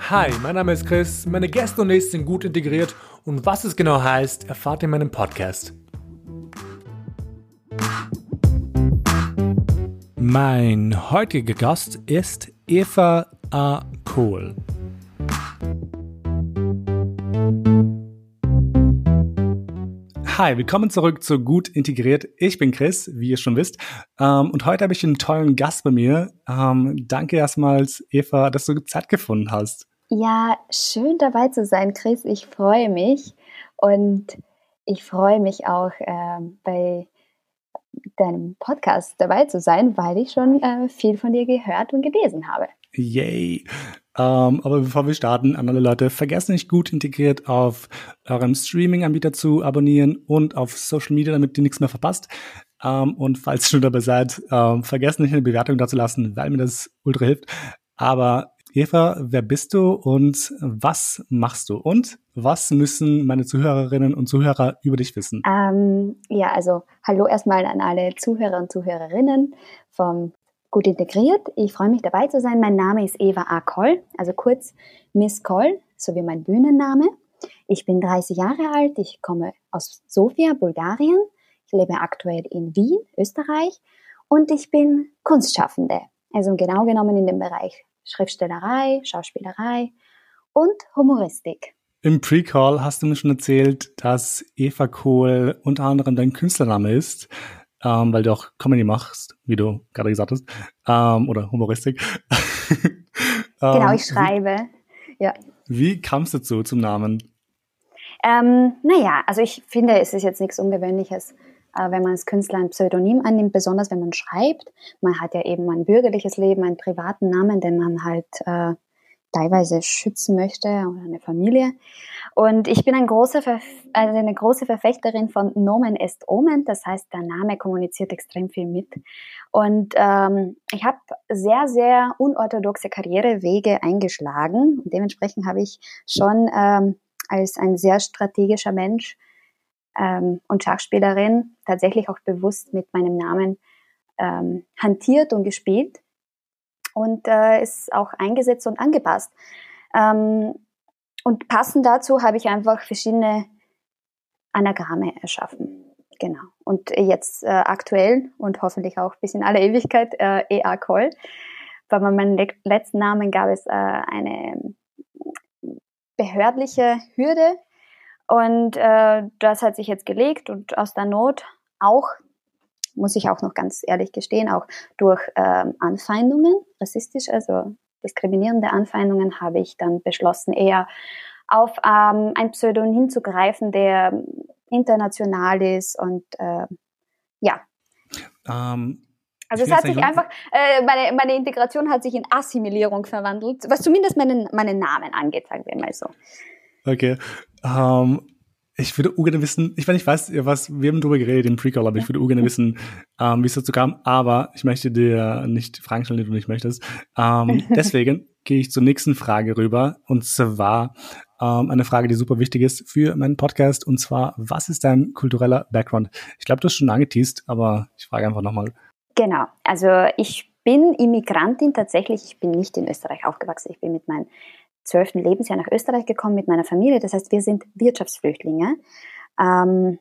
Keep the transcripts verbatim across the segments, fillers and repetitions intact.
Hi, mein Name ist Chris, meine Gäste und ich sind gut integriert und was es genau heißt, erfahrt ihr in meinem Podcast. Mein heutiger Gast ist Eva A. Kohl. Hi, willkommen zurück zu Gut Integriert. Ich bin Chris, wie ihr schon wisst. Ähm, und heute habe ich einen tollen Gast bei mir. Ähm, danke erstmals, Eva, dass du Zeit gefunden hast. Ja, schön dabei zu sein, Chris. Ich freue mich. Und ich freue mich auch, äh, bei deinem Podcast dabei zu sein, weil ich schon äh, viel von dir gehört und gelesen habe. Yay! Um, aber bevor wir starten, an alle Leute, vergesst nicht, Gut Integriert auf eurem Streaming-Anbieter zu abonnieren und auf Social Media, damit ihr nichts mehr verpasst. Um, und falls ihr schon dabei seid, um, vergesst nicht, eine Bewertung da zu lassen, weil mir das ultra hilft. Aber Eva, wer bist du und was machst du? Und was müssen meine Zuhörerinnen und Zuhörer über dich wissen? Ähm, ja, also hallo erstmal an alle Zuhörer und Zuhörerinnen vom Gut Integriert. Ich freue mich, dabei zu sein. Mein Name ist Eva A. Koll, also kurz Miss Koll, so wie mein Bühnenname. Ich bin dreißig Jahre alt, ich komme aus Sofia, Bulgarien. Ich lebe aktuell in Wien, Österreich und ich bin Kunstschaffende, also genau genommen in dem Bereich Schriftstellerei, Schauspielerei und Humoristik. Im Pre-Call hast du mir schon erzählt, dass Eva Kohl unter anderem dein Künstlername ist. Ähm, weil du auch Comedy machst, wie du gerade gesagt hast, ähm, oder Humoristik. Genau, ähm, ich schreibe, wie, ja. Wie kamst du dazu, zum Namen? Ähm, naja, also ich finde, es ist jetzt nichts Ungewöhnliches, äh, wenn man als Künstler ein Pseudonym annimmt, besonders wenn man schreibt. Man hat ja eben ein bürgerliches Leben, einen privaten Namen, den man halt äh, teilweise schützen möchte oder eine Familie. Und ich bin ein großer Verf- also eine große Verfechterin von Nomen est Omen, das heißt, der Name kommuniziert extrem viel mit. Und ähm, ich habe sehr, sehr unorthodoxe Karrierewege eingeschlagen. Und dementsprechend habe ich schon ähm, als ein sehr strategischer Mensch ähm, und Schachspielerin tatsächlich auch bewusst mit meinem Namen ähm, hantiert und gespielt. Und äh, ist auch eingesetzt und angepasst. Ähm, und passend dazu habe ich einfach verschiedene Anagramme erschaffen. Genau. Und jetzt äh, aktuell und hoffentlich auch bis in alle Ewigkeit äh, E A. Koll. Bei meinem le- letzten Namen gab es äh, eine behördliche Hürde und äh, das hat sich jetzt gelegt und aus der Not auch, muss ich auch noch ganz ehrlich gestehen, auch durch ähm, Anfeindungen, rassistisch, also diskriminierende Anfeindungen, habe ich dann beschlossen, eher auf ähm, ein Pseudonym zu greifen, der international ist und äh, ja. Ähm, also es hat sich einfach, äh, meine, meine Integration hat sich in Assimilierung verwandelt, was zumindest meinen, meinen Namen angeht, sagen wir mal so. Okay. Ähm, ich würde gerne wissen, ich weiß nicht, weiß, was, wir haben drüber geredet im Pre-Call, aber ich würde gerne wissen, ähm, wie es dazu kam, aber ich möchte dir nicht Fragen stellen, die du nicht möchtest. Ähm, deswegen gehe ich zur nächsten Frage rüber, und zwar ähm, eine Frage, die super wichtig ist für meinen Podcast, und zwar, was ist dein kultureller Background? Ich glaube, du hast schon angeteased, aber ich frage einfach nochmal. Genau, also ich bin Immigrantin tatsächlich, ich bin nicht in Österreich aufgewachsen, ich bin mit meinem zwölften Lebensjahr nach Österreich gekommen mit meiner Familie, das heißt, wir sind Wirtschaftsflüchtlinge. Ähm,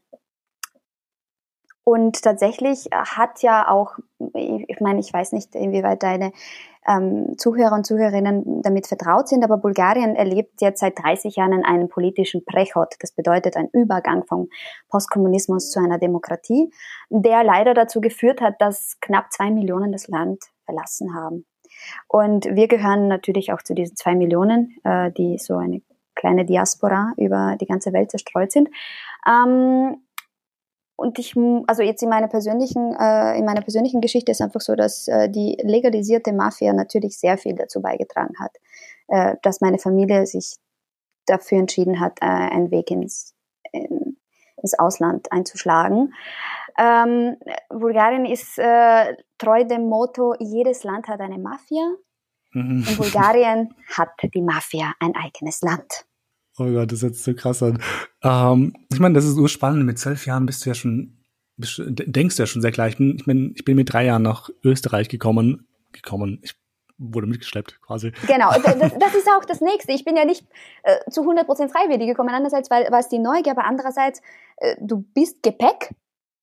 und tatsächlich hat ja auch, ich meine, ich weiß nicht, inwieweit deine ähm, Zuhörer und Zuhörerinnen damit vertraut sind, aber Bulgarien erlebt jetzt seit dreißig Jahren einen politischen Prechod. Das bedeutet ein Übergang vom Postkommunismus zu einer Demokratie, der leider dazu geführt hat, dass knapp zwei Millionen das Land verlassen haben. Und wir gehören natürlich auch zu diesen zwei Millionen, äh, die so eine kleine Diaspora über die ganze Welt zerstreut sind. Ähm, und ich, also jetzt in meiner persönlichen, äh, in meiner persönlichen Geschichte ist einfach so, dass äh, die legalisierte Mafia natürlich sehr viel dazu beigetragen hat, äh, dass meine Familie sich dafür entschieden hat, äh, einen Weg ins, in, ins Ausland einzuschlagen. Ähm, Bulgarien ist äh, treu dem Motto, jedes Land hat eine Mafia. Mhm. In Bulgarien hat die Mafia ein eigenes Land. Oh Gott, das hört sich so krass an. Ähm, ich meine, das ist so spannend. Mit zwölf Jahren bist du ja schon, bist, denkst du ja schon sehr klar. Ich bin, ich bin, ich bin mit drei Jahren nach Österreich gekommen. gekommen. Ich wurde mitgeschleppt quasi. Genau, das, das ist auch das Nächste. Ich bin ja nicht äh, zu hundert Prozent freiwillig gekommen. Einerseits weil, war es die Neugier, aber andererseits, äh, du bist Gepäck.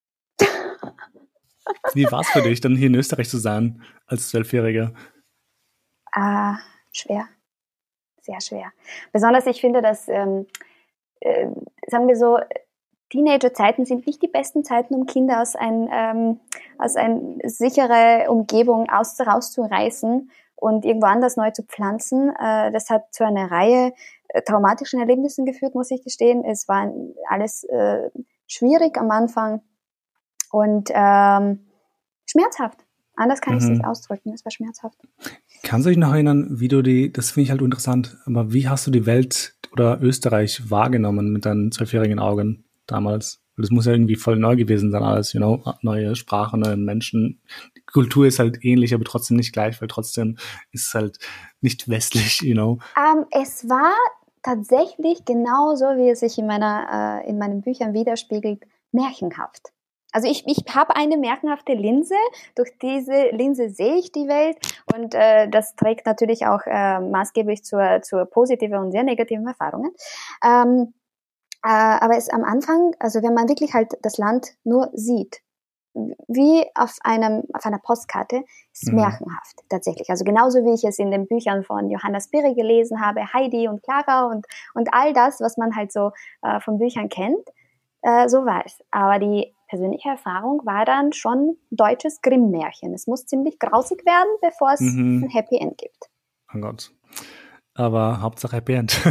Wie war es für dich, dann hier in Österreich zu sein als Zwölfjähriger? Ah, schwer. Sehr schwer. Besonders ich finde, dass, ähm, äh, sagen wir so, Teenager-Zeiten sind nicht die besten Zeiten, um Kinder aus ein, ähm, aus eine sichere Umgebung aus, rauszureißen und irgendwo anders neu zu pflanzen. Äh, das hat zu einer Reihe äh, traumatischen Erlebnissen geführt, muss ich gestehen. Es war alles äh, schwierig am Anfang und ähm, schmerzhaft. Anders kann mhm. ich es nicht ausdrücken. Es war schmerzhaft. Kannst du dich noch erinnern, wie du die, das finde ich halt interessant, aber wie hast du die Welt oder Österreich wahrgenommen mit deinen zwölfjährigen Augen damals? Das muss ja irgendwie voll neu gewesen sein alles, you know, neue Sprache, neue Menschen. Die Kultur ist halt ähnlich, aber trotzdem nicht gleich, weil trotzdem ist es halt nicht westlich, you know. Um, es war tatsächlich genauso, wie es sich in meiner, äh, in meinen Büchern widerspiegelt, märchenhaft. Also ich, ich habe eine märchenhafte Linse, durch diese Linse sehe ich die Welt und äh, das trägt natürlich auch äh, maßgeblich zur, zur positiven und sehr negativen Erfahrungen. Ähm, äh, aber es am Anfang, also wenn man wirklich halt das Land nur sieht, wie auf einem auf einer Postkarte, ist mhm. märchenhaft tatsächlich. Also genauso wie ich es in den Büchern von Johanna Spyri gelesen habe, Heidi und Clara und und all das, was man halt so äh, von Büchern kennt, äh, so war es. Aber die persönliche Erfahrung war dann schon deutsches Grimm-Märchen. Es muss ziemlich grausig werden, bevor es mhm. ein Happy End gibt. Oh Gott. Aber Hauptsache Happy End.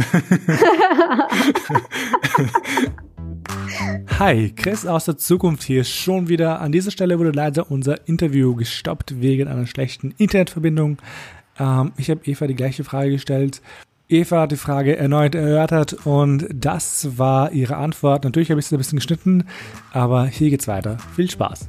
Hi, Chris aus der Zukunft hier schon wieder. An dieser Stelle wurde leider unser Interview gestoppt wegen einer schlechten Internetverbindung. Ähm, ich habe Eva die gleiche Frage gestellt. Eva hat die Frage erneut erörtert und das war ihre Antwort. Natürlich habe ich es ein bisschen geschnitten, aber hier geht's weiter. Viel Spaß.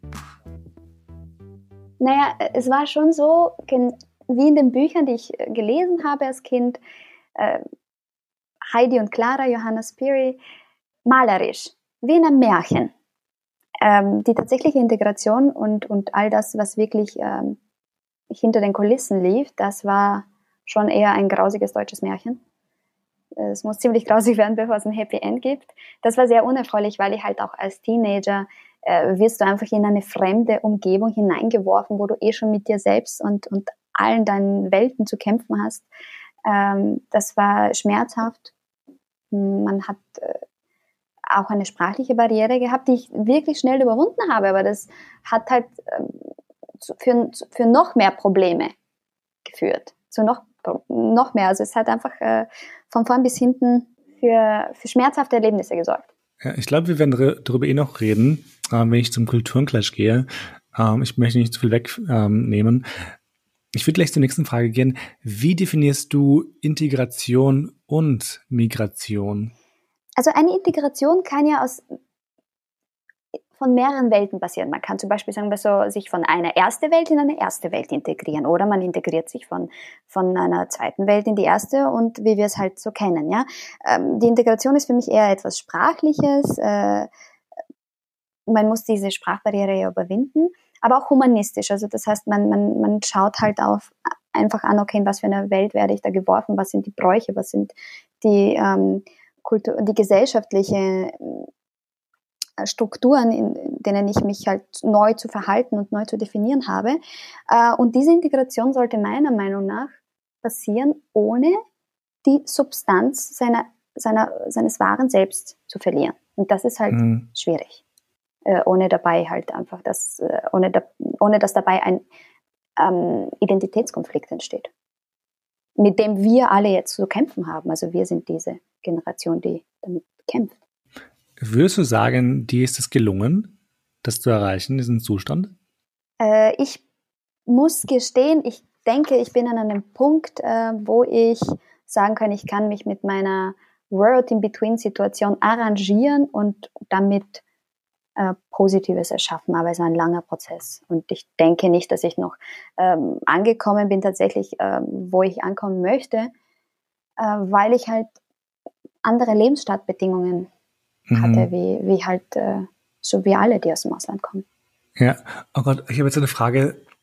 Naja, es war schon so, wie in den Büchern, die ich gelesen habe als Kind, äh, Heidi und Clara, Johanna Spyri, malerisch, wie in einem Märchen. Ähm, die tatsächliche Integration und, und all das, was wirklich ähm, hinter den Kulissen lief, das war schon eher ein grausiges deutsches Märchen. Es muss ziemlich grausig werden, bevor es ein Happy End gibt. Das war sehr unerfreulich, weil ich halt auch als Teenager äh, wirst du einfach in eine fremde Umgebung hineingeworfen, wo du eh schon mit dir selbst und, und allen deinen Welten zu kämpfen hast. Ähm, das war schmerzhaft. Man hat äh, auch eine sprachliche Barriere gehabt, die ich wirklich schnell überwunden habe, aber das hat halt äh, für, für noch mehr Probleme geführt. Zu noch noch mehr. Also es hat einfach äh, von vorn bis hinten für, für schmerzhafte Erlebnisse gesorgt. Ja, ich glaube, wir werden r- darüber eh noch reden, äh, wenn ich zum Kulturenclash gehe. Ähm, ich möchte nicht zu viel wegnehmen. Ähm, ich würde gleich zur nächsten Frage gehen. Wie definierst du Integration und Migration? Also eine Integration kann ja aus von mehreren Welten passieren. Man kann zum Beispiel sagen, so, sich von einer ersten Welt in eine erste Welt integrieren oder man integriert sich von, von einer zweiten Welt in die erste und wie wir es halt so kennen. Ja? Ähm, die Integration ist für mich eher etwas Sprachliches. Äh, man muss diese Sprachbarriere ja überwinden, aber auch humanistisch. Also das heißt, man, man, man schaut halt auf einfach an, okay, in was für eine Welt werde ich da geworfen, was sind die Bräuche, was sind die, ähm, Kultur, die gesellschaftliche Strukturen, in denen ich mich halt neu zu verhalten und neu zu definieren habe. Und diese Integration sollte meiner Meinung nach passieren, ohne die Substanz seiner, seiner, seines wahren Selbst zu verlieren. Und das ist halt mhm. schwierig. Ohne dabei halt einfach, das, ohne, da, ohne dass dabei ein ähm, Identitätskonflikt entsteht. Mit dem wir alle jetzt zu kämpfen haben. Also wir sind diese Generation, die damit kämpft. Würdest du sagen, dir ist es gelungen, das zu erreichen, diesen Zustand? Äh, ich muss gestehen, ich denke, ich bin an einem Punkt, äh, wo ich sagen kann, ich kann mich mit meiner World-in-Between-Situation arrangieren und damit äh, Positives erschaffen. Aber es war ein langer Prozess. Und ich denke nicht, dass ich noch ähm, angekommen bin, tatsächlich, äh, wo ich ankommen möchte, äh, weil ich halt andere Lebensstartbedingungen hatte, mhm. wie, wie halt äh, so wie alle, die aus dem Ausland kommen. Ja, oh Gott, ich habe jetzt eine Frage,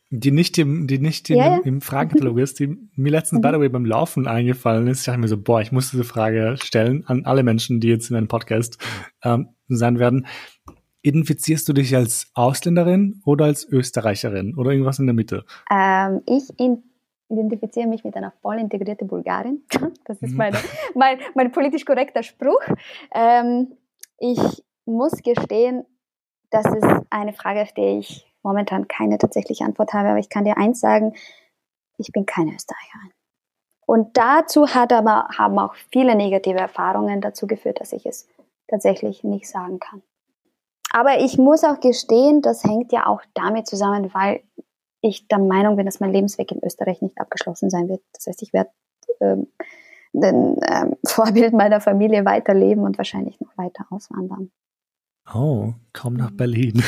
die nicht im, die nicht in, Ja, ja. im Fragenkatalog ist, die mir letztens, by the way, beim Laufen eingefallen ist. Ich dachte mir so, boah, ich muss diese Frage stellen an alle Menschen, die jetzt in meinem Podcast ähm, sein werden. Identifizierst du dich als Ausländerin oder als Österreicherin oder irgendwas in der Mitte? Ähm, ich in, identifiziere mich mit einer voll integrierten Bulgarin. Das ist Mhm. meine, mein, mein politisch korrekter Spruch. Ähm, ich muss gestehen, das ist eine Frage, auf die ich momentan keine tatsächliche Antwort habe, aber ich kann dir eins sagen, ich bin keine Österreicherin. Und dazu hat aber, haben auch viele negative Erfahrungen dazu geführt, dass ich es tatsächlich nicht sagen kann. Aber ich muss auch gestehen, das hängt ja auch damit zusammen, weil ich der Meinung bin, dass mein Lebensweg in Österreich nicht abgeschlossen sein wird. Das heißt, ich werde ähm, den ähm, Vorbild meiner Familie weiterleben und wahrscheinlich noch weiter auswandern. Oh, komm nach Berlin.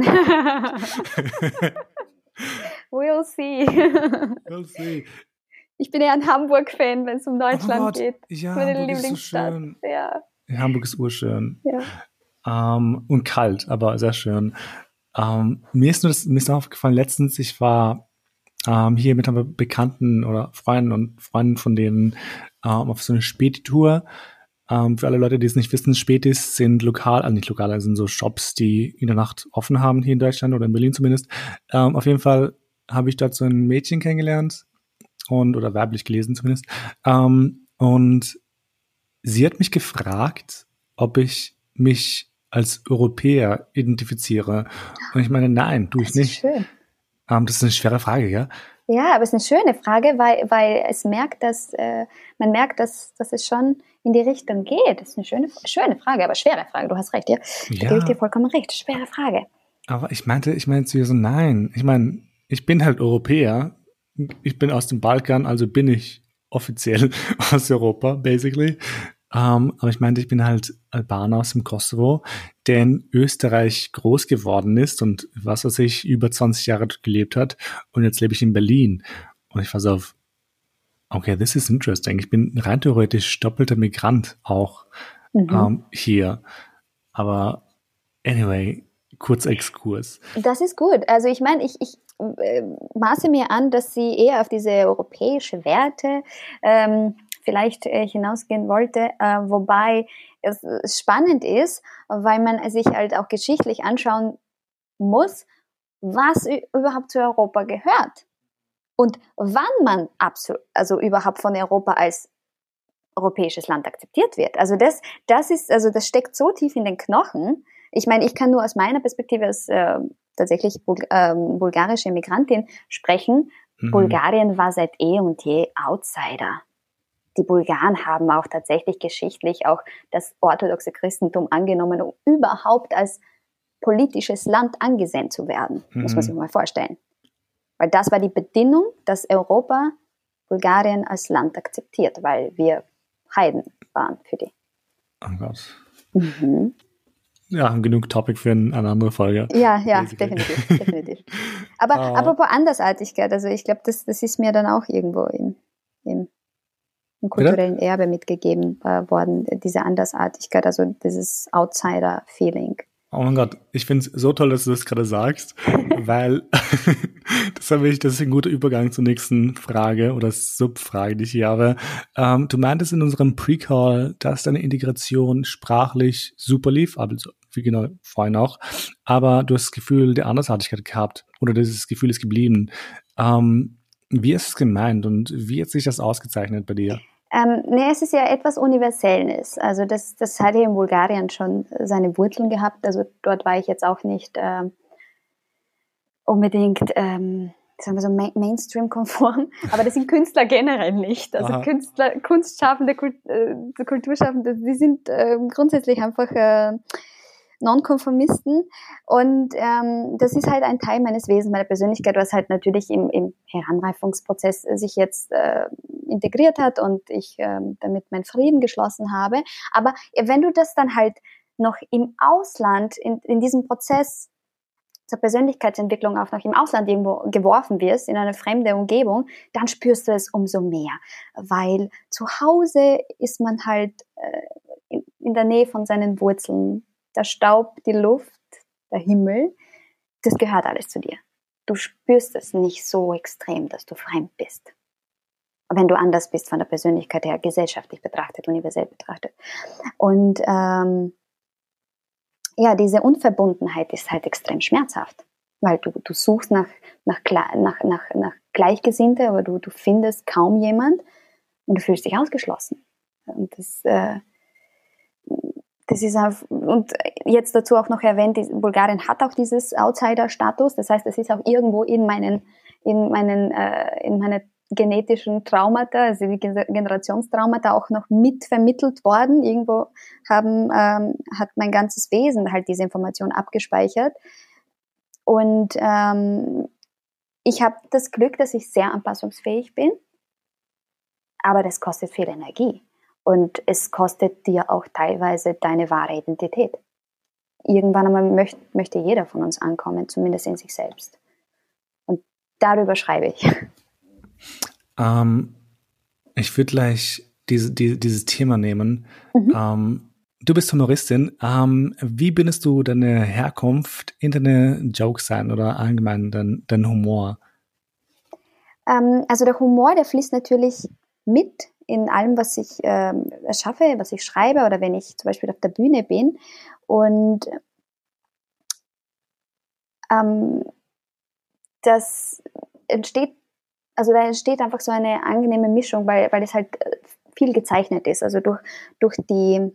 We'll see. We'll see. Ich bin eher ein Hamburg-Fan, wenn es um Deutschland oh geht. Ja, Meine Hamburg ist so Lieblingsstadt. schön. Ja. Hamburg ist urschön. Ja. Um, und kalt, aber sehr schön. Um, mir ist nur das, mir ist noch aufgefallen, letztens, ich war um, hier mit einer Bekannten oder Freunden und Freunden von denen um, auf so eine Späti-Tour. Um, für alle Leute, die es nicht wissen, Spätis sind lokal, also nicht lokal, also sind so Shops, die in der Nacht offen haben, hier in Deutschland oder in Berlin zumindest. Um, auf jeden Fall habe ich dort so ein Mädchen kennengelernt und oder werblich gelesen zumindest. Um, und sie hat mich gefragt, ob ich mich als Europäer identifiziere. Und ich meine, nein, tue ich nicht. Das ist schön. Um, das ist eine schwere Frage, ja? Ja, aber es ist eine schöne Frage, weil, weil es merkt, dass äh, man merkt, dass, dass es schon in die Richtung geht. Das ist eine schöne, schöne Frage, aber schwere Frage. Du hast recht, ja. Da ja. gebe ich dir vollkommen recht. Schwere Frage. Aber ich meinte, ich meinte zu ihr so, nein. Ich meine, ich bin halt Europäer. Ich bin aus dem Balkan, also bin ich offiziell aus Europa, basically. Um, aber ich meinte, ich bin halt Albaner aus dem Kosovo, der in Österreich groß geworden ist und was weiß ich, über zwanzig Jahre dort gelebt hat. Und jetzt lebe ich in Berlin. Und ich war so auf, okay, this is interesting. Ich bin rein theoretisch doppelter Migrant auch mhm. um, hier. Aber anyway, kurzer Exkurs. Das ist gut. Also ich meine, ich, ich äh, maße mir an, dass sie eher auf diese europäische Werte ähm, vielleicht äh, hinausgehen wollte, äh, wobei es, es spannend ist, weil man sich halt auch geschichtlich anschauen muss, was überhaupt zu Europa gehört und wann man absolut, also überhaupt von Europa als europäisches Land akzeptiert wird. Also das, das ist, also das steckt so tief in den Knochen. Ich meine, ich kann nur aus meiner Perspektive als äh, tatsächlich Bul äh, bulgarische Migrantin sprechen. Mhm. Bulgarien war seit eh und je Outsider. Die Bulgaren haben auch tatsächlich geschichtlich auch das orthodoxe Christentum angenommen, um überhaupt als politisches Land angesehen zu werden. Mhm. Muss man sich mal vorstellen. Weil das war die Bedingung, dass Europa Bulgarien als Land akzeptiert, weil wir Heiden waren für die. Oh Gott. Mhm. Ja, genug Topic für eine andere Folge. Ja, ja, basically. definitiv, definitiv. Aber uh, apropos Andersartigkeit, also ich glaube, das, das ist mir dann auch irgendwo im, im, im kulturellen Bitte? Erbe mitgegeben äh, worden, diese Andersartigkeit, also dieses Outsider-Feeling. Oh mein Gott, ich finde es so toll, dass du das gerade sagst, weil das, habe ich, das ist ein guter Übergang zur nächsten Frage oder Subfrage, die ich hier habe. Ähm, du meintest in unserem Pre-Call, dass deine Integration sprachlich super lief, also wie genau vorhin auch, aber du hast das Gefühl der Andersartigkeit gehabt oder dieses Gefühl ist geblieben. Ähm, wie ist es gemeint und wie hat sich das ausgezeichnet bei dir? Ähm, nee, es ist ja etwas Universelles. Also das, das hat ja in Bulgarien schon seine Wurzeln gehabt. Also dort war ich jetzt auch nicht äh, unbedingt, ähm, sagen wir so, Ma- Mainstream-konform. Aber das sind Künstler generell nicht. Also Aha. Künstler, Kunstschaffende, Kult, äh, Kulturschaffende, die sind äh, grundsätzlich einfach äh, Nonkonformisten. Und ähm, das ist halt ein Teil meines Wesens, meiner Persönlichkeit, was halt natürlich im, im Heranreifungsprozess sich jetzt äh, integriert hat und ich äh, damit meinen Frieden geschlossen habe. Aber wenn du das dann halt noch im Ausland, in, in diesem Prozess zur Persönlichkeitsentwicklung auch noch im Ausland irgendwo geworfen wirst, in eine fremde Umgebung, dann spürst du es umso mehr. Weil zu Hause ist man halt äh, in, in der Nähe von seinen Wurzeln. Der Staub, die Luft, der Himmel, das gehört alles zu dir. du spürst es nicht so extrem, dass du fremd bist. Wenn du anders bist von der Persönlichkeit her, gesellschaftlich betrachtet, universell betrachtet. Und ähm, ja, diese Unverbundenheit ist halt extrem schmerzhaft, weil du, du suchst nach, nach, nach, nach, nach Gleichgesinnte, aber du, du findest kaum jemand und du fühlst dich ausgeschlossen. Und das, äh, das ist auch, und jetzt dazu auch noch erwähnt, Bulgarien hat auch dieses Outsider-Status, das heißt, es ist auch irgendwo in meinen, in meinen, äh, in meine genetischen Traumata, also die Generationstraumata auch noch mitvermittelt worden. Irgendwo haben, ähm, hat mein ganzes Wesen halt diese Information abgespeichert. Und ähm, ich habe das Glück, dass ich sehr anpassungsfähig bin, aber das kostet viel Energie. Und es kostet dir auch teilweise deine wahre Identität. Irgendwann einmal möchte, möchte jeder von uns ankommen, zumindest in sich selbst. Und darüber schreibe ich. Ähm, ich würde gleich diese, die, dieses Thema nehmen. Mhm. Ähm, du bist Humoristin. Ähm, wie bindest du deine Herkunft in deine Jokes ein oder allgemein dein, dein Humor? Ähm, also der Humor, der fließt natürlich mit in allem, was ich ähm, erschaffe, was ich schreibe oder wenn ich zum Beispiel auf der Bühne bin. Und ähm, das entsteht Also da entsteht einfach so eine angenehme Mischung, weil, weil es halt viel gezeichnet ist. Also durch, durch, die,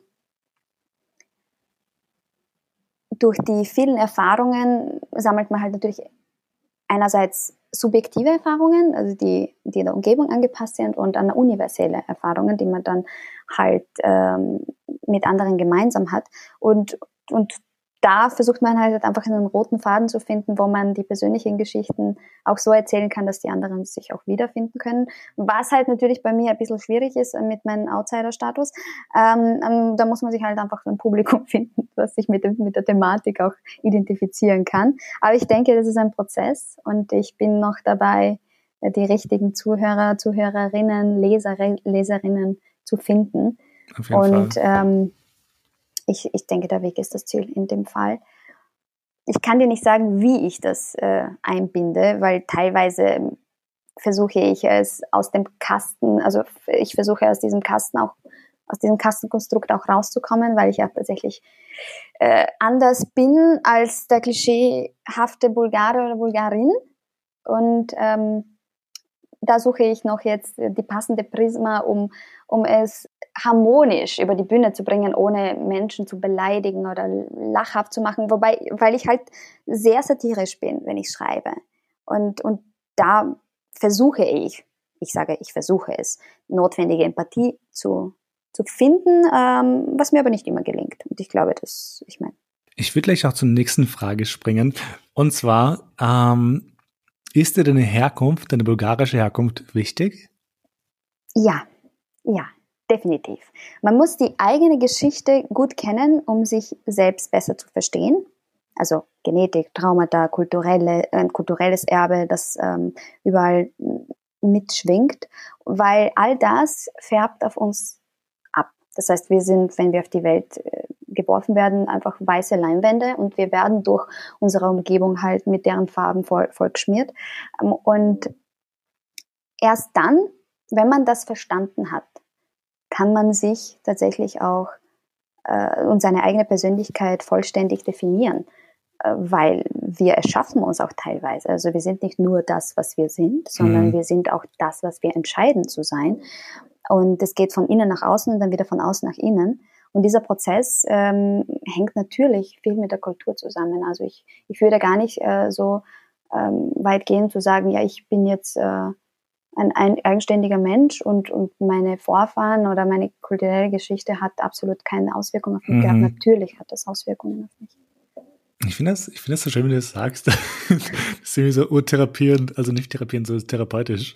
durch die vielen Erfahrungen sammelt man halt natürlich einerseits subjektive Erfahrungen, also die, die in der Umgebung angepasst sind, und dann universelle Erfahrungen, die man dann halt ähm, mit anderen gemeinsam hat. Und, und da versucht man halt einfach einen roten Faden zu finden, wo man die persönlichen Geschichten auch so erzählen kann, dass die anderen sich auch wiederfinden können. Was halt natürlich bei mir ein bisschen schwierig ist mit meinem Outsider-Status. Ähm, da muss man sich halt einfach so ein Publikum finden, was sich mit, dem, mit der Thematik auch identifizieren kann. Aber ich denke, das ist ein Prozess und ich bin noch dabei, die richtigen Zuhörer, Zuhörerinnen, Leser, Leserinnen zu finden. Auf jeden und Fall. Ähm, Ich, ich denke, der Weg ist das Ziel in dem Fall. Ich kann dir nicht sagen, wie ich das äh, einbinde, weil teilweise versuche ich es aus dem Kasten, also ich versuche aus diesem Kasten auch, aus diesem Kastenkonstrukt auch rauszukommen, weil ich ja tatsächlich äh, anders bin als der klischeehafte Bulgare oder Bulgarin. Und ähm, da suche ich noch jetzt die passende Prisma, um, um es harmonisch über die Bühne zu bringen, ohne Menschen zu beleidigen oder lachhaft zu machen, wobei, weil ich halt sehr satirisch bin, wenn ich schreibe. Und, und da versuche ich, ich sage, ich versuche es, notwendige Empathie zu, zu finden, ähm, was mir aber nicht immer gelingt. Und ich glaube, dass, ich meine. Ich würde gleich auch zur nächsten Frage springen. Und zwar, ähm, ist dir deine Herkunft, deine bulgarische Herkunft wichtig? Ja, ja. Definitiv. Man muss die eigene Geschichte gut kennen, um sich selbst besser zu verstehen. Also Genetik, Traumata, kulturelle, äh, kulturelles Erbe, das ähm, überall mitschwingt, weil all das färbt auf uns ab. Das heißt, wir sind, wenn wir auf die Welt äh, geworfen werden, einfach weiße Leinwände und wir werden durch unsere Umgebung halt mit deren Farben voll, voll geschmiert. Ähm, und erst dann, wenn man das verstanden hat, kann man sich tatsächlich auch äh, und seine eigene Persönlichkeit vollständig definieren, äh, weil wir erschaffen uns auch teilweise. Also wir sind nicht nur das, was wir sind, sondern mhm. wir sind auch das, was wir entscheiden zu sein. Und es geht von innen nach außen und dann wieder von außen nach innen. Und dieser Prozess ähm, hängt natürlich viel mit der Kultur zusammen. Also ich, ich würde gar nicht äh, so ähm, weit gehen zu sagen, ja, ich bin jetzt äh, ein, ein eigenständiger Mensch und, und meine Vorfahren oder meine kulturelle Geschichte hat absolut keine Auswirkungen auf mich mhm. gehabt. Natürlich hat das Auswirkungen auf mich. Ich finde das, ich finde das so schön, wie du das sagst. Das ist irgendwie so urtherapierend, also nicht therapierend, so therapeutisch.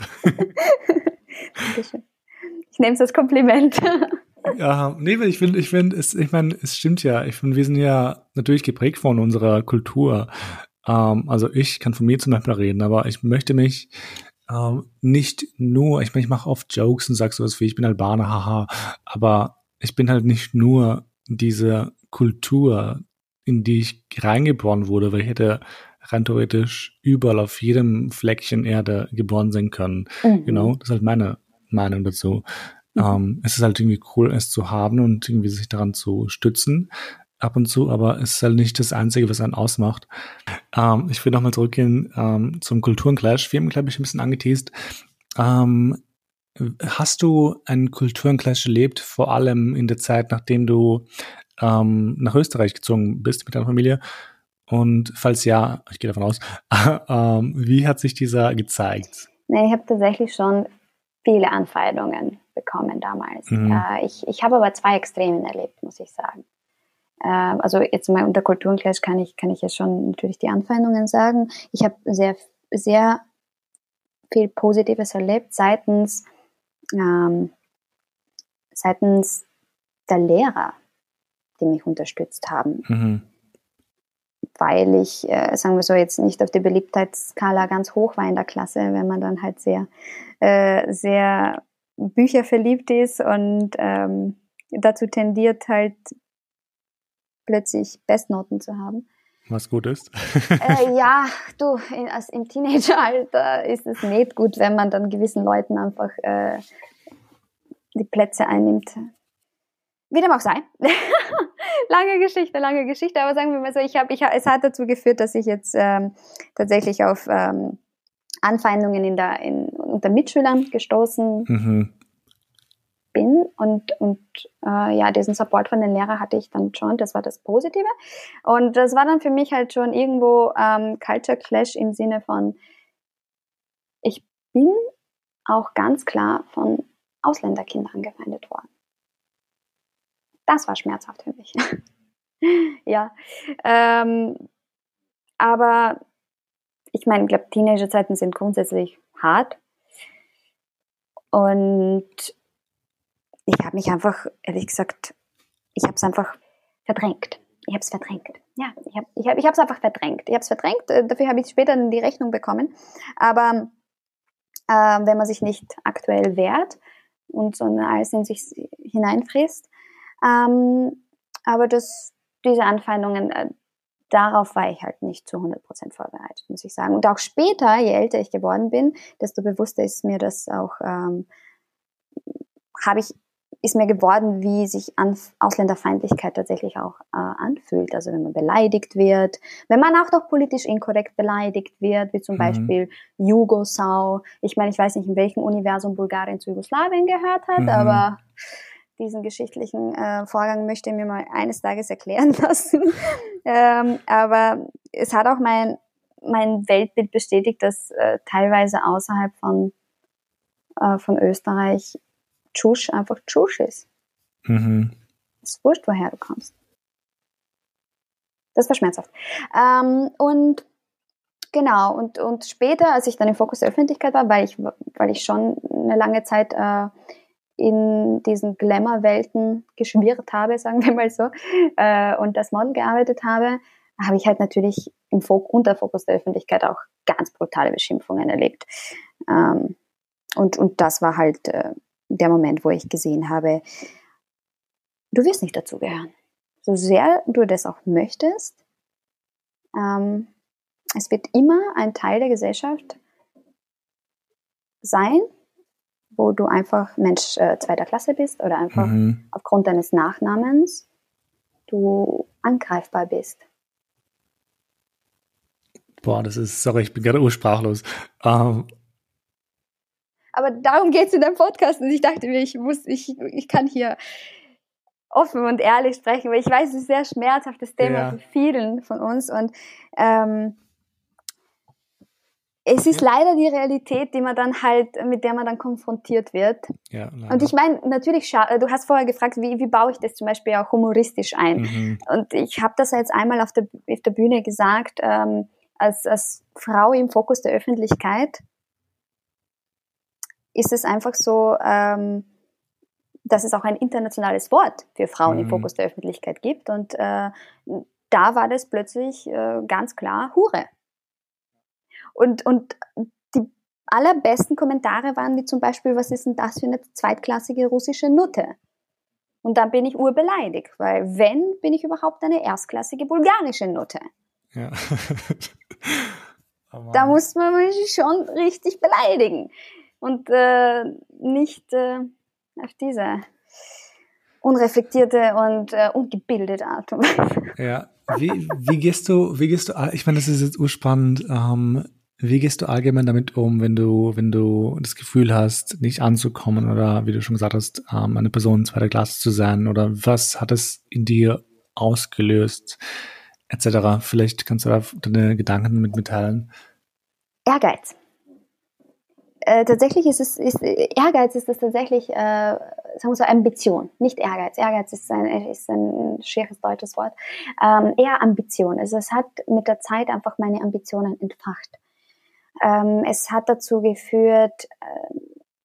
Dankeschön. Ich nehme es als Kompliment. Ja, nee, weil ich finde, ich finde, es, ich meine, es stimmt ja. Ich finde, wir sind ja natürlich geprägt von unserer Kultur. Ähm, also ich kann von mir zum Beispiel reden, aber ich möchte mich ähm, nicht nur, ich meine, ich mache oft Jokes und sag sowas wie, ich bin Albaner, haha, aber ich bin halt nicht nur diese Kultur, in die ich reingeboren wurde, weil ich hätte rein theoretisch überall auf jedem Fleckchen Erde geboren sein können. Mhm. Genau, das ist halt meine Meinung dazu. Mhm. Ähm, es ist halt irgendwie cool, es zu haben und irgendwie sich daran zu stützen ab und zu, aber es ist halt nicht das Einzige, was einen ausmacht. Ähm, ich will nochmal zurückgehen ähm, zum Kulturenclash. Wir haben, glaube ich, ein bisschen angeteast. Ähm, hast du einen Kulturenclash erlebt, vor allem in der Zeit, nachdem du ähm, nach Österreich gezogen bist mit deiner Familie? Und falls ja, ich gehe davon aus, ähm, wie hat sich dieser gezeigt? Nee, ich habe tatsächlich schon viele Anfeindungen bekommen damals. Mhm. Äh, ich ich habe aber zwei Extremen erlebt, muss ich sagen. Äh, also jetzt mal unter Kulturenclash kann ich, kann ich ja schon natürlich die Anfeindungen sagen. Ich habe sehr, sehr viel Positives erlebt seitens, ähm, seitens der Lehrer, die mich unterstützt haben. Mhm. Weil ich, äh, sagen wir so, jetzt nicht auf der Beliebtheitsskala ganz hoch war in der Klasse, wenn man dann halt sehr, äh, sehr bücherverliebt ist und ähm, dazu tendiert halt plötzlich Bestnoten zu haben. Was gut ist. äh, ja, du, in, also im Teenageralter ist es nicht gut, wenn man dann gewissen Leuten einfach äh, die Plätze einnimmt. Wie dem auch sei. lange Geschichte, lange Geschichte, aber sagen wir mal so, ich habe, ich, es hat dazu geführt, dass ich jetzt ähm, tatsächlich auf ähm, Anfeindungen in der, in, unter Mitschülern gestoßen Mhm. bin und, und äh, ja, diesen Support von den Lehrern hatte ich dann schon, das war das Positive und das war dann für mich halt schon irgendwo ähm, Culture Clash im Sinne von, ich bin auch ganz klar von Ausländerkindern angefeindet worden. Das war schmerzhaft für mich. ja, ähm, aber ich meine, ich glaube, Teenagerzeiten sind grundsätzlich hart und ich habe mich einfach, ehrlich gesagt, ich habe es einfach verdrängt. Ich habe es verdrängt. Ja, ich habe ich hab, ich es einfach verdrängt. Ich habe es verdrängt, dafür habe ich später die Rechnung bekommen. Aber äh, wenn man sich nicht aktuell wehrt und so alles in sich hineinfrisst, ähm, aber das, diese Anfeindungen, äh, darauf war ich halt nicht zu hundert Prozent vorbereitet, muss ich sagen. Und auch später, je älter ich geworden bin, desto bewusster ist mir das auch, ähm, habe ich, ist mir geworden, wie sich Anf- Ausländerfeindlichkeit tatsächlich auch äh, anfühlt. Also wenn man beleidigt wird, wenn man auch noch politisch inkorrekt beleidigt wird, wie zum Mhm. Beispiel Jugosau. Ich meine, ich weiß nicht, in welchem Universum Bulgarien zu Jugoslawien gehört hat, Mhm. aber diesen geschichtlichen äh, Vorgang möchte ich mir mal eines Tages erklären lassen. ähm, aber es hat auch mein, mein Weltbild bestätigt, dass äh, teilweise außerhalb von, äh, von Österreich Tschusch einfach Tschusch ist. Mhm. Es ist wurscht, woher du kommst. Das war schmerzhaft. Ähm, und genau, und, und später, als ich dann im Fokus der Öffentlichkeit war, weil ich, weil ich schon eine lange Zeit äh, in diesen Glamour-Welten geschwirrt habe, sagen wir mal so, äh, und als Model gearbeitet habe, habe ich halt natürlich im Fok- unter Fokus der Öffentlichkeit auch ganz brutale Beschimpfungen erlebt. Ähm, und, und das war halt äh, der Moment, wo ich gesehen habe, du wirst nicht dazugehören. So sehr du das auch möchtest, ähm, es wird immer ein Teil der Gesellschaft sein, wo du einfach Mensch äh, zweiter Klasse bist oder einfach Mhm. aufgrund deines Nachnamens du angreifbar bist. Boah, das ist, sorry, ich bin gerade ursprachlos. Ähm, Aber darum geht es in deinem Podcast und ich dachte mir, ich muss, ich, ich kann hier offen und ehrlich sprechen, weil ich weiß, es ist ein sehr schmerzhaftes Thema ja. für vielen von uns und ähm, es ist leider die Realität, die man dann halt, mit der man dann konfrontiert wird. Ja, und ich meine, natürlich, du hast vorher gefragt, wie, wie baue ich das zum Beispiel auch humoristisch ein? Mhm. Und ich habe das jetzt einmal auf der, auf der Bühne gesagt, ähm, als, als Frau im Fokus der Öffentlichkeit ist es einfach so, ähm, dass es auch ein internationales Wort für Frauen Mhm. im Fokus der Öffentlichkeit gibt. Und äh, da war das plötzlich äh, ganz klar Hure. Und, und die allerbesten Kommentare waren wie zum Beispiel, was ist denn das für eine zweitklassige russische Nutte? Und dann bin ich urbeleidigt, weil wenn, bin ich überhaupt eine erstklassige bulgarische Nutte. Ja. Oh da muss man sich schon richtig beleidigen und äh, nicht äh, auf diese unreflektierte und äh, ungebildete Art und Weise. Ja, wie, wie gehst du, wie gehst du, ich meine, das ist jetzt urspannend, ähm, wie gehst du allgemein damit um, wenn du, wenn du das Gefühl hast, nicht anzukommen oder wie du schon gesagt hast, ähm, eine Person zweiter Klasse zu sein oder was hat es in dir ausgelöst, et cetera. Vielleicht kannst du da deine Gedanken mit mitteilen. Ehrgeiz. Äh, tatsächlich ist es, ist, Ehrgeiz ist es tatsächlich, äh, sagen wir so, Ambition, nicht Ehrgeiz. Ehrgeiz ist ein, ist ein schweres deutsches Wort. Ähm, eher Ambition. Also es hat mit der Zeit einfach meine Ambitionen entfacht. Ähm, es hat dazu geführt, äh,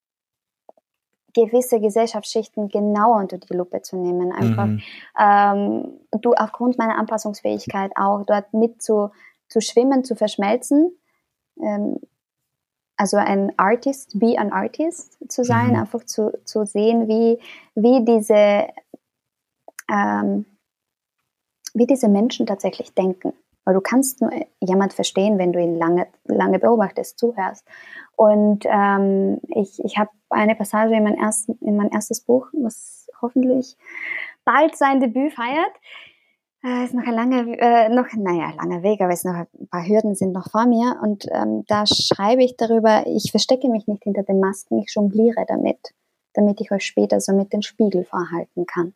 gewisse Gesellschaftsschichten genauer unter die Lupe zu nehmen. Einfach, mhm. ähm, du aufgrund meiner Anpassungsfähigkeit auch dort mit zu, zu schwimmen, zu verschmelzen. Ähm, Also ein Artist, be an Artist zu sein, mhm. einfach zu, zu sehen, wie, wie, diese, ähm, wie diese Menschen tatsächlich denken. Weil du kannst nur jemand verstehen, wenn du ihn lange, lange beobachtest, zuhörst. Und ähm, ich, ich habe eine Passage in mein, ersten, in mein erstes Buch, was hoffentlich bald sein Debüt feiert. Äh, ist noch ein langer, äh, noch, naja, langer Weg, aber es noch ein paar Hürden sind noch vor mir. Und ähm, da schreibe ich darüber, ich verstecke mich nicht hinter den Masken, ich jongliere damit, damit ich euch später so mit dem Spiegel vorhalten kann.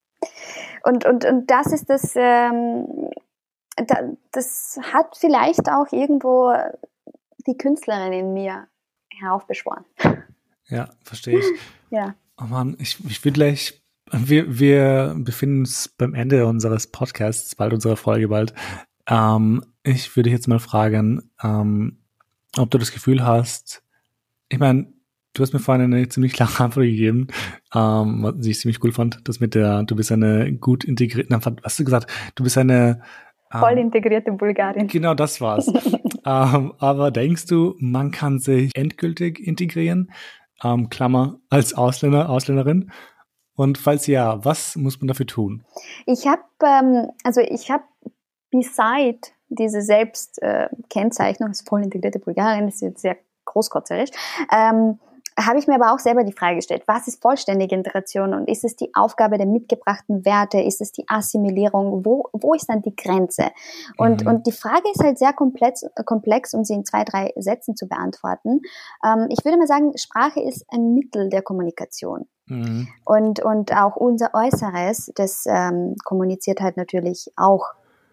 Und, und, und das ist das, ähm, da, das hat vielleicht auch irgendwo die Künstlerin in mir heraufbeschworen. Ja, verstehe ich. Ja. Oh Mann, ich, ich will gleich Wir, wir befinden uns beim Ende unseres Podcasts, bald unsere Folge bald. Ähm, ich würde jetzt mal fragen, ähm, ob du das Gefühl hast, ich meine, du hast mir vorhin eine ziemlich lange Antwort gegeben, ähm, was ich ziemlich cool fand, das mit der, du bist eine gut integrierte, was hast du gesagt? Du bist eine ähm, voll integrierte Bulgarin. Genau, das war's. ähm, aber denkst du, man kann sich endgültig integrieren? Ähm, Klammer, als Ausländer, Ausländerin? Und falls ja, was muss man dafür tun? Ich habe, ähm, also ich habe beside diese Selbstkennzeichnung, äh, als voll integrierte Bulgarin, das ist jetzt sehr großkotzerisch, ähm, habe ich mir aber auch selber die Frage gestellt, was ist vollständige Integration und ist es die Aufgabe der mitgebrachten Werte, ist es die Assimilierung, wo, wo ist dann die Grenze? Und, mhm. und die Frage ist halt sehr komplex, komplex, um sie in zwei, drei Sätzen zu beantworten. Ähm, ich würde mal sagen, Sprache ist ein Mittel der Kommunikation. Mhm. Und, und auch unser Äußeres, das ähm, kommuniziert halt natürlich auch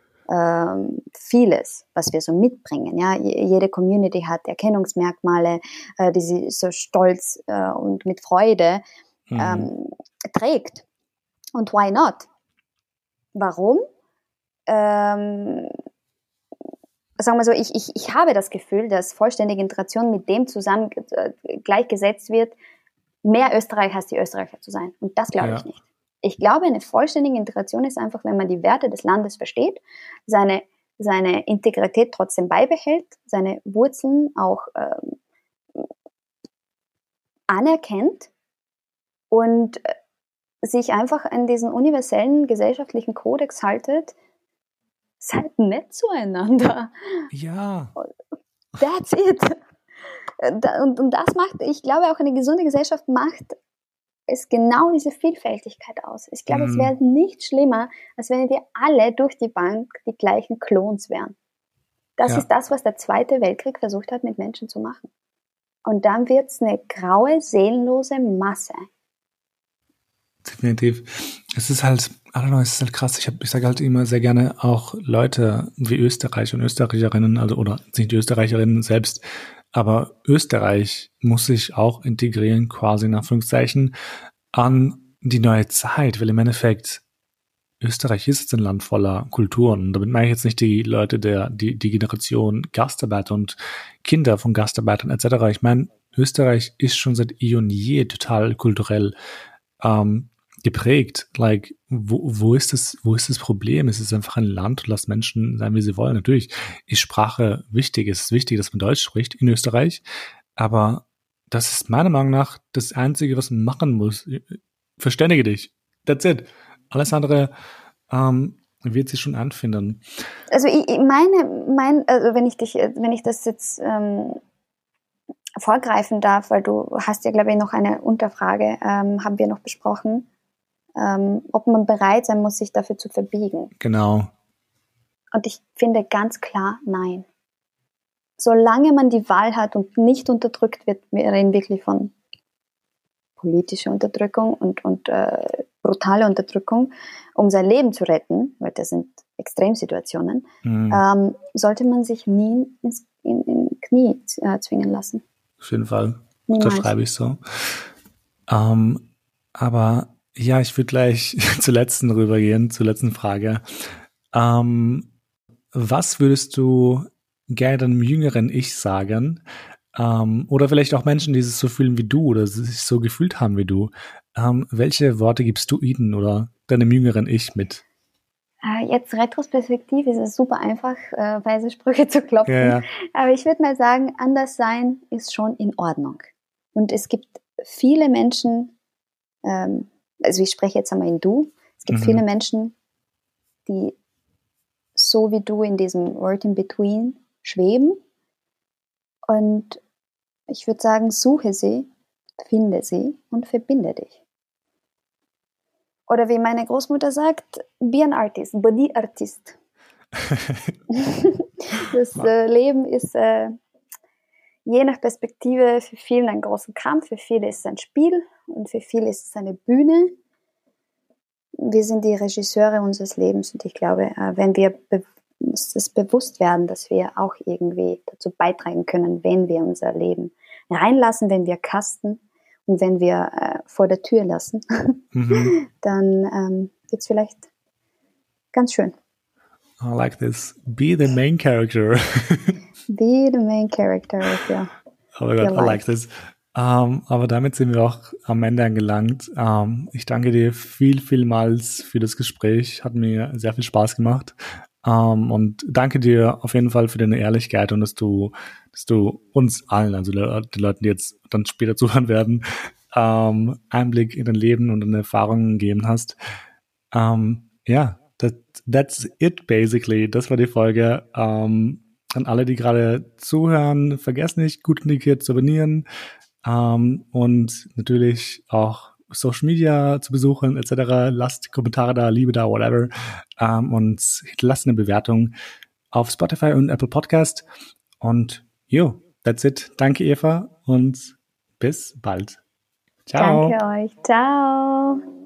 ähm, vieles, was wir so mitbringen. Ja, jede Community hat Erkennungsmerkmale, äh, die sie so stolz äh, und mit Freude mhm. ähm, trägt. Und why not? Warum? Ähm, sagen wir so, ich, ich, ich habe das Gefühl, dass vollständige Integration mit dem zusammen äh, gleichgesetzt wird, mehr Österreicher als die Österreicher zu sein. Und das glaube ja. ich nicht. Ich glaube, eine vollständige Integration ist einfach, wenn man die Werte des Landes versteht, seine, seine Integrität trotzdem beibehält, seine Wurzeln auch ähm, anerkennt und sich einfach an diesen universellen gesellschaftlichen Kodex haltet, seid nett zueinander. Ja. That's it. Und, und das macht, ich glaube, auch eine gesunde Gesellschaft macht es genau diese Vielfältigkeit aus. Ich glaube, mm. es wäre nicht schlimmer, als wenn wir alle durch die Bank die gleichen Klons wären. Das ja. ist das, was der Zweite Weltkrieg versucht hat, mit Menschen zu machen. Und dann wird es eine graue, seelenlose Masse. Definitiv. Es ist halt, I don't know, es ist halt krass. Ich, hab, ich sage halt immer sehr gerne auch Leute wie Österreicher und Österreicherinnen, also oder nicht die Österreicherinnen selbst, aber Österreich muss sich auch integrieren, quasi in Anführungszeichen, an die neue Zeit, weil im Endeffekt Österreich ist jetzt ein Land voller Kulturen. Damit meine ich jetzt nicht die Leute, der die, die Generation Gastarbeiter und Kinder von Gastarbeitern et cetera. Ich meine, Österreich ist schon seit eh und je total kulturell ähm, geprägt. Like, wo, wo ist das, wo ist das Problem? Es ist einfach ein Land und lasst Menschen sein, wie sie wollen. Natürlich ist Sprache wichtig. Es ist wichtig, dass man Deutsch spricht in Österreich. Aber das ist meiner Meinung nach das Einzige, was man machen muss. Verständige dich. That's it. Alles andere ähm, wird sich schon anfinden. Also ich, ich meine, mein, also wenn ich dich, wenn ich das jetzt ähm, vorgreifen darf, weil du hast ja, glaube ich, noch eine Unterfrage, ähm, haben wir noch besprochen, ähm, ob man bereit sein muss, sich dafür zu verbiegen. Genau. Und ich finde ganz klar, nein. Solange man die Wahl hat und nicht unterdrückt wird, wir reden wirklich von politischer Unterdrückung und, und äh, brutale Unterdrückung, um sein Leben zu retten, weil das sind Extremsituationen, mhm. ähm, sollte man sich nie ins in, in Knie äh, zwingen lassen. Auf jeden Fall. Das schreibe ich so. Ähm, aber ja, ich würde gleich zur letzten rübergehen, zur letzten Frage. Ähm, was würdest du gerne deinem jüngeren Ich sagen? Ähm, oder vielleicht auch Menschen, die sich so fühlen wie du oder sich so gefühlt haben wie du. Ähm, welche Worte gibst du ihnen oder deinem jüngeren Ich mit? Jetzt retrospektiv ist es super einfach, äh, weise Sprüche zu klopfen. Ja, ja. Aber ich würde mal sagen, anders sein ist schon in Ordnung. Und es gibt viele Menschen, ähm, also ich spreche jetzt einmal in du, es gibt mhm. viele Menschen, die so wie du in diesem Word in Between schweben. Und ich würde sagen, suche sie, finde sie und verbinde dich. Oder wie meine Großmutter sagt, be an artist, body artist. Das äh, Leben ist äh, je nach Perspektive für viele ein großer Kampf, für viele ist es ein Spiel und für viele ist es eine Bühne. Wir sind die Regisseure unseres Lebens und ich glaube, äh, wenn wir be- uns das bewusst werden, dass wir auch irgendwie dazu beitragen können, wenn wir unser Leben reinlassen, wenn wir casten, und wenn wir äh, vor der Tür lassen, mhm. dann ähm, wird's vielleicht ganz schön. I like this. Be the main character. Be the main character of your, oh my God, I like this. Um, aber damit sind wir auch am Ende angelangt. Um, ich danke dir viel, vielmals für das Gespräch. Hat mir sehr viel Spaß gemacht. Um, und danke dir auf jeden Fall für deine Ehrlichkeit und dass du, dass du uns allen, also die Leuten, die jetzt dann später zuhören werden, um, Einblick in dein Leben und deine Erfahrungen gegeben hast. Um, ja, that, that's it basically. Das war die Folge. Um, an alle, die gerade zuhören, vergesst nicht, gut integriert zu abonnieren um, und natürlich auch Social Media zu besuchen et cetera. Lasst Kommentare da, Liebe da, whatever. Um, und lasst eine Bewertung auf Spotify und Apple Podcast. Und jo, that's it. Danke, Eva, und bis bald. Ciao. Danke euch. Ciao.